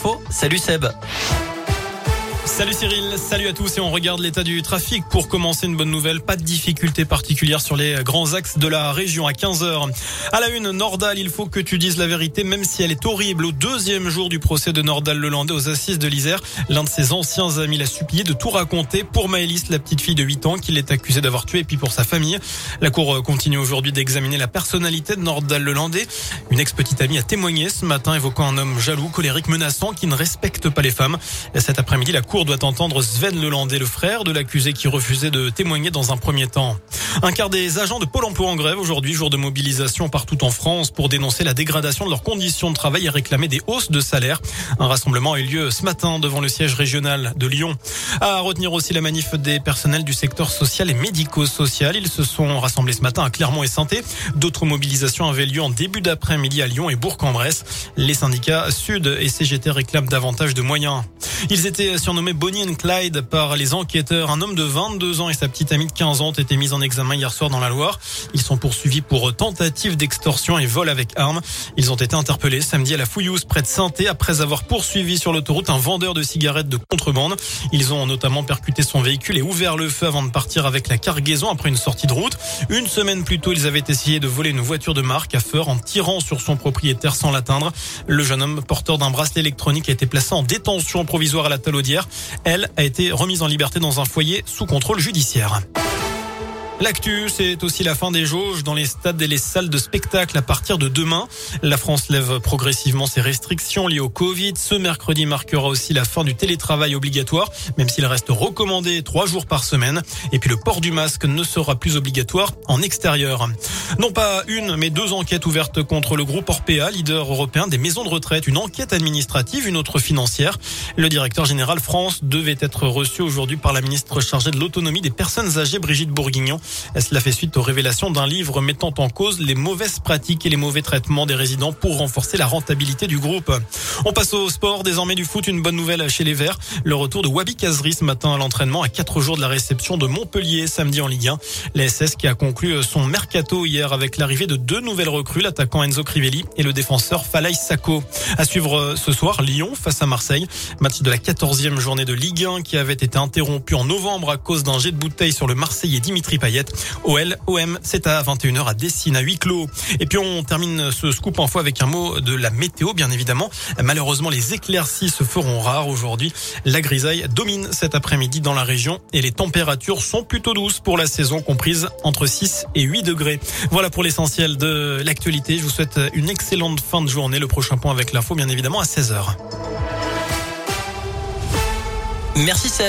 l'info. Salut Seb. Salut Cyril, salut à tous et on regarde l'état du trafic. Pour commencer, une bonne nouvelle, pas de difficultés particulières sur les grands axes de la région à 15h. À la une, Nordal, il faut que tu dises la vérité même si elle est horrible. Au deuxième jour du procès de Nordal Lelandais aux assises de l'Isère, l'un de ses anciens amis l'a supplié de tout raconter pour Maëlys, la petite fille de 8 ans qu'il est accusé d'avoir tué, et puis pour sa famille. La cour continue aujourd'hui d'examiner la personnalité de Nordal Lelandais. Une ex-petite amie a témoigné ce matin évoquant un homme jaloux, colérique, menaçant qui ne respecte pas les femmes. Cet après-midi, la cour doit entendre Sven Lelandais, le frère de l'accusé qui refusait de témoigner dans un premier temps. Un quart des agents de Pôle emploi en grève aujourd'hui, jour de mobilisation partout en France pour dénoncer la dégradation de leurs conditions de travail et réclamer des hausses de salaire. Un rassemblement a eu lieu ce matin devant le siège régional de Lyon. À retenir aussi la manif des personnels du secteur social et médico-social. Ils se sont rassemblés ce matin à Clermont et Sainté. D'autres mobilisations avaient lieu en début d'après-midi à Lyon et Bourg-en-Bresse. Les syndicats Sud et CGT réclament davantage de moyens. Ils étaient surnommés Bonnie and Clyde par les enquêteurs. Un homme de 22 ans et sa petite amie de 15 ans ont été mis en examen hier soir dans la Loire. Ils sont poursuivis pour tentative d'extorsion et vol avec arme. Ils ont été interpellés samedi à la Fouillouse près de Sainté après avoir poursuivi sur l'autoroute un vendeur de cigarettes de contrebande. Ils ont notamment percuté son véhicule et ouvert le feu avant de partir avec la cargaison après une sortie de route. Une semaine plus tôt, ils avaient essayé de voler une voiture de marque à Feur en tirant sur son propriétaire sans l'atteindre. Le jeune homme porteur d'un bracelet électronique a été placé en détention provisoire à la Talaudière. Elle a été remise en liberté dans un foyer sous contrôle judiciaire. L'actu, c'est aussi la fin des jauges dans les stades et les salles de spectacle à partir de demain. La France lève progressivement ses restrictions liées au Covid. Ce mercredi marquera aussi la fin du télétravail obligatoire, même s'il reste recommandé 3 jours par semaine. Et puis le port du masque ne sera plus obligatoire en extérieur. Non pas une, mais 2 enquêtes ouvertes contre le groupe Orpea, leader européen des maisons de retraite. Une enquête administrative, une autre financière. Le directeur général France devait être reçu aujourd'hui par la ministre chargée de l'autonomie des personnes âgées, Brigitte Bourguignon. Cela fait suite aux révélations d'un livre mettant en cause les mauvaises pratiques et les mauvais traitements des résidents pour renforcer la rentabilité du groupe. On passe au sport, désormais du foot, une bonne nouvelle chez les Verts. Le retour de Wabi Kazri ce matin à l'entraînement à 4 jours de la réception de Montpellier samedi en Ligue 1. La SS qui a conclu son mercato hier avec l'arrivée de 2 nouvelles recrues, l'attaquant Enzo Crivelli et le défenseur Falaï Sacco. À suivre ce soir, Lyon face à Marseille. Match de la 14e journée de Ligue 1 qui avait été interrompu en novembre à cause d'un jet de bouteille sur le Marseillais Dimitri Payet. OM, c'est à 21h à Dessine, à huis clos. Et puis on termine ce scoop info avec un mot de la météo, bien évidemment. Malheureusement, les éclaircies se feront rares aujourd'hui. La grisaille domine cet après-midi dans la région et les températures sont plutôt douces pour la saison, comprises entre 6 et 8 degrés. Voilà pour l'essentiel de l'actualité. Je vous souhaite une excellente fin de journée. Le prochain point avec l'info, bien évidemment, à 16h. Merci Seb.